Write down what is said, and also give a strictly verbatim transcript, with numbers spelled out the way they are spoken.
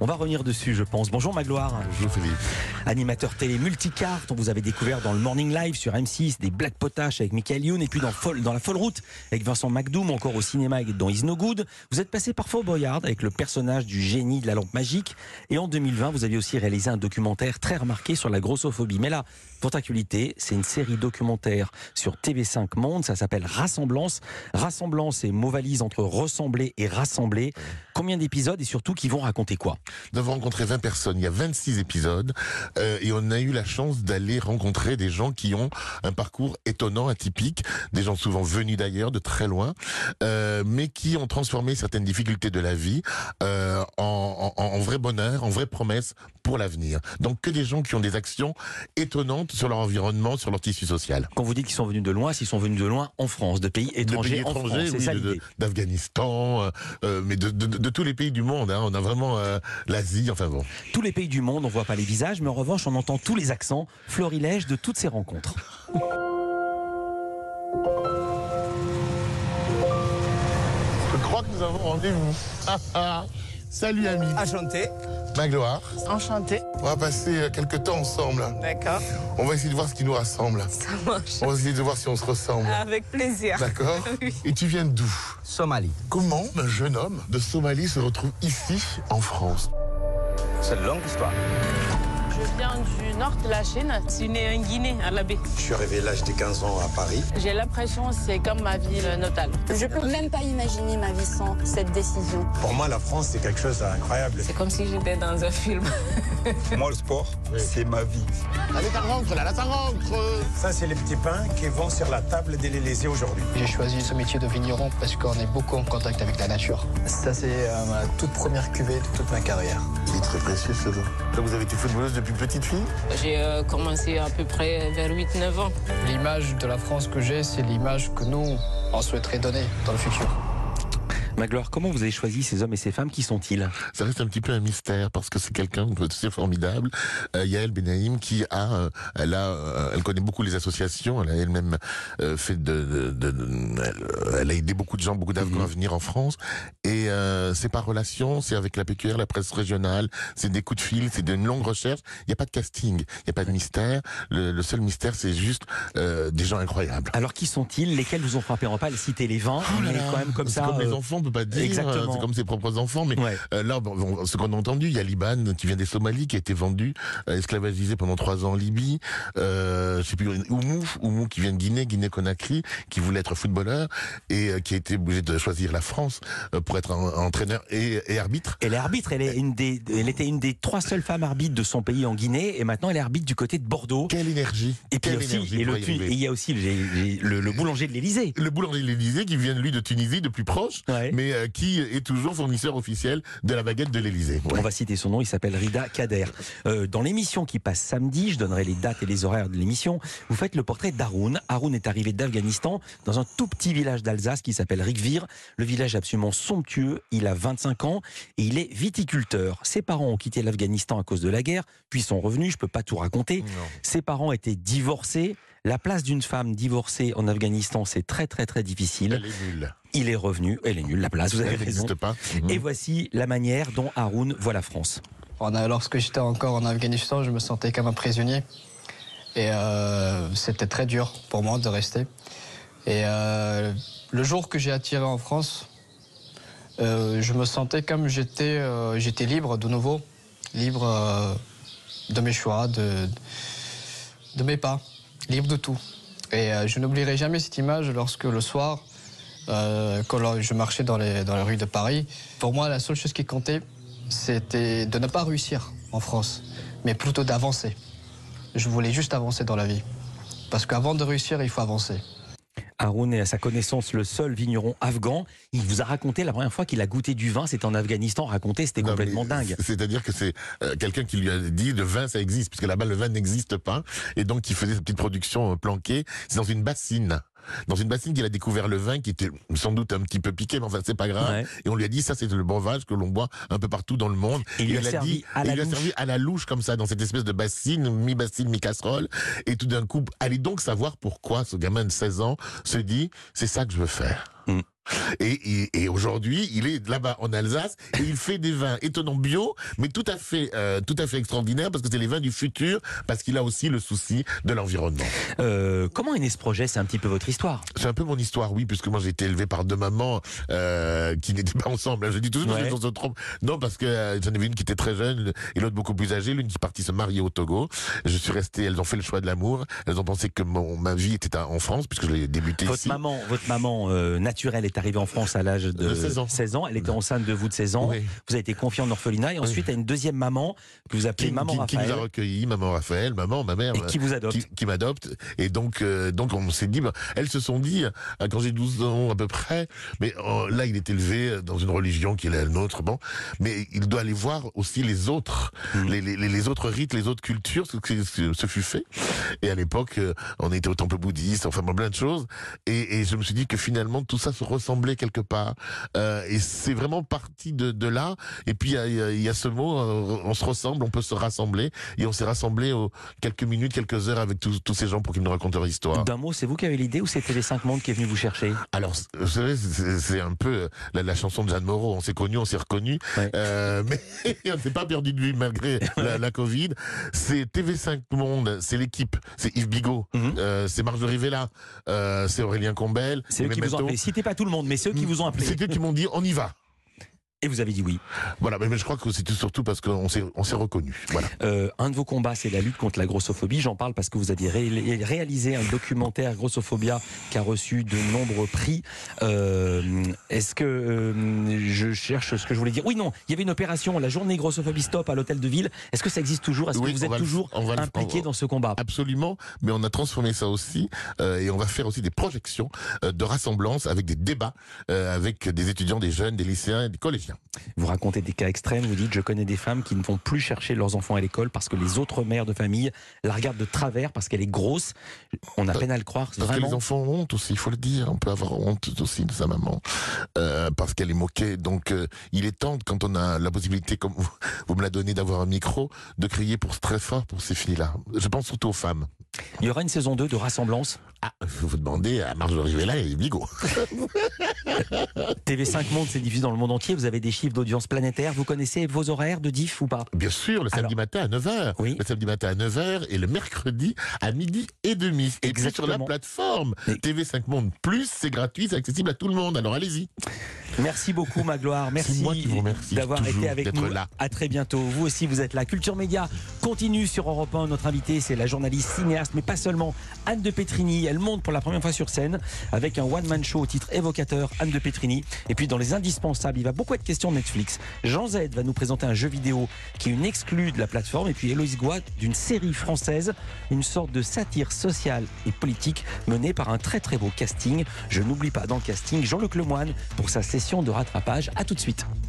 On va revenir dessus, je pense. Bonjour Magloire. Bonjour Philippe. Animateur télé multicarte, on vous avait découvert dans le Morning Live sur M six, des Black Potash avec Michael Youn, et puis dans, Folle, dans La Folle Route avec Vincent McDoom, encore au cinéma dans Is No Good. Vous êtes passé par Fort Boyard avec le personnage du génie de la lampe magique. Et en deux mille vingt, vous aviez aussi réalisé un documentaire très remarqué sur la grossophobie. Mais là, votre actualité, c'est une série documentaire sur T V cinq Monde. Ça s'appelle Rassemblance. Rassemblance, c'est mot valise entre ressembler et rassembler. Combien d'épisodes et surtout qui vont raconter quoi? Nous avons rencontré vingt personnes, il y a vingt-six épisodes euh, et on a eu la chance d'aller rencontrer des gens qui ont un parcours étonnant, atypique, des gens souvent venus d'ailleurs, de très loin, euh, mais qui ont transformé certaines difficultés de la vie euh, en, en, en vrai bonheur, en vraie promesse pour l'avenir. Donc que des gens qui ont des actions étonnantes sur leur environnement, sur leur tissu social. Quand vous dites qu'ils sont venus de loin, s'ils sont venus de loin en France, de pays étrangers, de pays étrangers, en France, c'est oui, ça de- l'idée. d'Afghanistan, euh, mais de, de, de tous les pays du monde. Hein. On a vraiment euh, l'Asie, enfin bon. Tous les pays du monde, on voit pas les visages, mais en revanche, on entend tous les accents, florilèges de toutes ces rencontres. Je crois que nous avons rendez-vous. Salut ami. Enchanté. Magloire. Enchanté. On va passer euh, quelques temps ensemble. D'accord. On va essayer de voir ce qui nous rassemble. Ça marche. On va essayer de voir si on se ressemble. Avec plaisir. D'accord. Oui. Et tu viens d'où? Somalie. Comment un jeune homme de Somalie se retrouve ici, en France? C'est une longue histoire. Je viens du nord de la Chine. Je suis née en Guinée, à la baie. Je suis arrivé à l'âge de quinze ans à Paris. J'ai l'impression que c'est comme ma ville natale. Je peux même pas imaginer ma vie sans cette décision. Pour moi, la France, c'est quelque chose d'incroyable. C'est comme si j'étais dans un film. Moi, le sport, c'est ma vie. Allez, ça rentre là, là, ça rentre. Ça, c'est les petits pains qui vont sur la table de l'Élysée aujourd'hui. J'ai choisi ce métier de vigneron parce qu'on est beaucoup en contact avec la nature. Ça, c'est euh, ma toute première cuvée de toute ma carrière. Il est très précieux ce vin. Donc vous avez été footballeuse depuis petite fille? J'ai euh, commencé à peu près vers huit neuf ans. L'image de la France que j'ai, c'est l'image que nous, on souhaiterait donner dans le futur. Magloire, comment vous avez choisi ces hommes et ces femmes? Qui sont-ils? Ça reste un petit peu un mystère parce que c'est quelqu'un de c'est formidable. Euh, Yael Benaïm qui a, euh, elle a, euh, elle connaît beaucoup les associations. Elle a elle-même euh, fait de, de, de, de elle, elle a aidé beaucoup de gens, beaucoup d'Afghans à venir en France. Et euh, c'est par relation, c'est avec la P Q R, la presse régionale, c'est des coups de fil, c'est d'une longue recherche. Il n'y a pas de casting, il n'y a pas de mystère. Le, le seul mystère, c'est juste euh, des gens incroyables. Alors qui sont-ils? Lesquels vous ont frappé? On va pas les citer les vingt, Oh là mais là, quand même comme c'est ça. comme les euh, enfants, on peut pas dire. exactement. C'est comme ses propres enfants. Mais Ouais. euh, là, bon, bon, ce qu'on a entendu, il y a Liban qui vient des Somalies, qui a été vendu, euh, esclavagisé pendant trois ans en Libye. Euh, je sais plus, Oumou, Oumou qui vient de Guinée, Guinée-Conakry, qui voulait être footballeur et euh, qui a été obligé de choisir la France euh, pour être un, un entraîneur et, et arbitre. Elle est arbitre, elle, est une des, elle était une des trois seules femmes arbitres de son pays en Guinée, et maintenant elle est arbitre du côté de Bordeaux. Quelle énergie! Et puis Quelle aussi, énergie et, pour le, y et arriver. il y a aussi le, le, le boulanger de l'Élysée. Le boulanger de l'Élysée qui vient lui de Tunisie, de plus proche, Ouais. mais euh, qui est toujours fournisseur officiel de la baguette de l'Élysée. Ouais. On va citer son nom, il s'appelle Rida Kader. Euh, dans l'émission qui passe samedi, je donnerai les dates et les horaires de l'émission, vous faites le portrait d'Haroun. Haroun est arrivé d'Afghanistan dans un tout petit village d'Alsace qui s'appelle Rikvir. Le village est absolument somptueux, il a vingt-cinq ans et il est viticulteur. Ses parents ont quitté l'Afghanistan à cause de la guerre, puis sont revenus, je peux pas tout raconter. Non. Ses parents étaient divorcés. La place d'une femme divorcée en Afghanistan, c'est très très très difficile. Elle est nulle. Il est revenu, elle est nulle la place, vous avez Elle raison. n'existe pas. Et voici la manière dont Haroun voit la France. On a, lorsque j'étais encore en Afghanistan, je me sentais comme un prisonnier. Et euh, c'était très dur pour moi de rester. Et euh, le jour que j'ai atterri en France, euh, je me sentais comme j'étais euh, j'étais libre de nouveau. Libre euh, de mes choix, de, de mes pas. Libre de tout. Et euh, je n'oublierai jamais cette image lorsque le soir, euh, quand je marchais dans les, dans les rues de Paris, pour moi, la seule chose qui comptait, c'était de ne pas réussir en France, mais plutôt d'avancer. Je voulais juste avancer dans la vie. Parce qu'avant de réussir, il faut avancer. Haroun est à sa connaissance le seul vigneron afghan. Il vous a raconté la première fois qu'il a goûté du vin, c'était en Afghanistan. Raconté, c'était Non, complètement mais dingue. C'est-à-dire que c'est euh, quelqu'un qui lui a dit le vin ça existe, puisque là-bas le vin n'existe pas, et donc il faisait sa petite production euh, planquée. C'est dans une bassine. Dans une bassine qu'il a découvert le vin qui était sans doute un petit peu piqué, mais enfin c'est pas grave. Ouais. Et on lui a dit ça c'est le breuvage que l'on boit un peu partout dans le monde. Et il lui a il servi dit, à et la il lui a louche. servi à la louche comme ça dans cette espèce de bassine, mi-bassine, mi-casserole. Et tout d'un coup, allez donc savoir pourquoi ce gamin de seize ans se dit c'est ça que je veux faire. Mm. Et, et, et aujourd'hui, il est là-bas en Alsace et il fait des vins étonnants bio, mais tout à fait, euh, tout à fait extraordinaires parce que c'est les vins du futur, parce qu'il a aussi le souci de l'environnement. Euh, comment est né ce projet? C'est un petit peu votre histoire. C'est un peu mon histoire, oui, puisque moi j'ai été élevé par deux mamans euh, qui n'étaient pas ensemble. Je dis toujours Ouais. que les gens se trompent. Non, parce que euh, j'en avais une qui était très jeune et l'autre beaucoup plus âgée, l'une qui est partie se marier au Togo. Je suis resté, elles ont fait le choix de l'amour. Elles ont pensé que mon, ma vie était en France, puisque je l'ai débuté Votre ici. maman, votre maman euh, naturelle est arrivée en France à l'âge de, De seize ans. seize ans. Elle était enceinte de vous de seize ans. Oui. Vous avez été confié en orphelinat et ensuite Oui. à une deuxième maman que vous appelez Qui, maman qui, qui Raphaël nous a recueillis, maman Raphaël, maman, ma mère. et qui vous adopte. Qui, qui m'adopte. Et donc, euh, donc on s'est dit, bah, elles se sont dit, euh, quand j'ai douze ans à peu près, mais euh, là il est élevé dans une religion qui est la nôtre, bon, mais il doit aller voir aussi les autres, Mmh. les, les, les autres rites, les autres cultures, ce que ce, ce fut fait. Et à l'époque, euh, on était au temple bouddhiste, enfin bon, plein de choses. Et, et je me suis dit que finalement tout ça se ressemblait quelque part. Euh, et c'est vraiment parti de, de là. Et puis il y a, il y a- il y a ce mot, euh, on se ressemble, on peut se rassembler. Et on s'est rassemblés aux quelques minutes, quelques heures avec tous, tous ces gens pour qu'ils nous racontent leur histoire. D'un mot, c'est vous qui avez l'idée ou c'était les cinq mondes qui est venu vous chercher? Alors, c- vous savez, c'est c'est un peu euh, la, la chanson de Jeanne Moreau. On s'est connus, on s'est reconnus, Ouais. euh, mais on s'est pas perdu de vue malgré la, la Covid. C'est T V cinq Monde, c'est l'équipe, c'est Yves Bigot, Mhm. euh, c'est Marjorie Vella, euh, c'est Aurélien Combel. C'est eux qui vous ont Memento. appelé. Citez pas tout le monde, mais c'est eux qui vous ont appelé. C'est eux qui m'ont dit on y va. Et vous avez dit oui. Voilà, mais, mais je crois que c'est surtout parce qu'on s'est on s'est reconnus. Voilà. Euh, un de vos combats, c'est la lutte contre la grossophobie. J'en parle parce que vous avez ré- réalisé un documentaire Grossophobia qui a reçu de nombreux prix. Euh, Est-ce que euh, je cherche ce que je voulais dire? Oui, non, il y avait une opération, la journée grossophobie stop à l'hôtel de ville. Est-ce que ça existe toujours? Est-ce Oui, que vous on êtes va le- toujours on va le- impliqué on- dans ce combat? Absolument, mais on a transformé ça aussi euh, et on va faire aussi des projections euh, de rassemblances avec des débats euh, avec des étudiants, des jeunes, des lycéens et des collégiens. Vous racontez des cas extrêmes, vous dites je connais des femmes qui ne vont plus chercher leurs enfants à l'école parce que les autres mères de famille la regardent de travers parce qu'elle est grosse. On a peine à le croire, Parce que vraiment. les enfants ont honte aussi, il faut le dire. On peut avoir honte aussi de sa maman euh, parce qu'elle est moquée. Donc euh, il est temps, quand on a la possibilité, comme vous, vous me la donnez, d'avoir un micro, de crier pour très fort pour ces filles-là. Je pense surtout aux femmes. Il y aura une saison deux de Rassemblance. Ah, il faut demander à Marjorie Vella et Bigot. T V cinq Monde, c'est diffusé dans le monde entier. Vous avez des chiffres d'audience planétaire. Vous connaissez vos horaires de diff ou pas? Bien sûr, le samedi Alors, matin à neuf heures. oui. Le samedi matin à neuf heures et le mercredi à midi et demi. Et puis sur la Exactement. plateforme Mais- T V cinq Monde Plus, c'est gratuit, c'est accessible à tout le monde. Alors allez-y. Merci beaucoup Magloire. Merci moi qui vous remercie d'avoir toujours été avec d'être nous. là. À très bientôt. Vous aussi, vous êtes là. Culture Média continue sur Europe un. Notre invitée, c'est la journaliste cinéaste, mais pas seulement, Anne de Petrini. Elle monte pour la première fois sur scène avec un one-man show au titre évocateur, Anne de Petrini. Et puis dans les indispensables, il va beaucoup être question de Netflix. Jean Z va nous présenter un jeu vidéo qui est une exclue de la plateforme. Et puis Héloïse Goua d'une série française, une sorte de satire sociale et politique menée par un très très beau casting. Je n'oublie pas dans le casting Jean-Luc Lemoyne pour sa session de rattrapage. À tout de suite.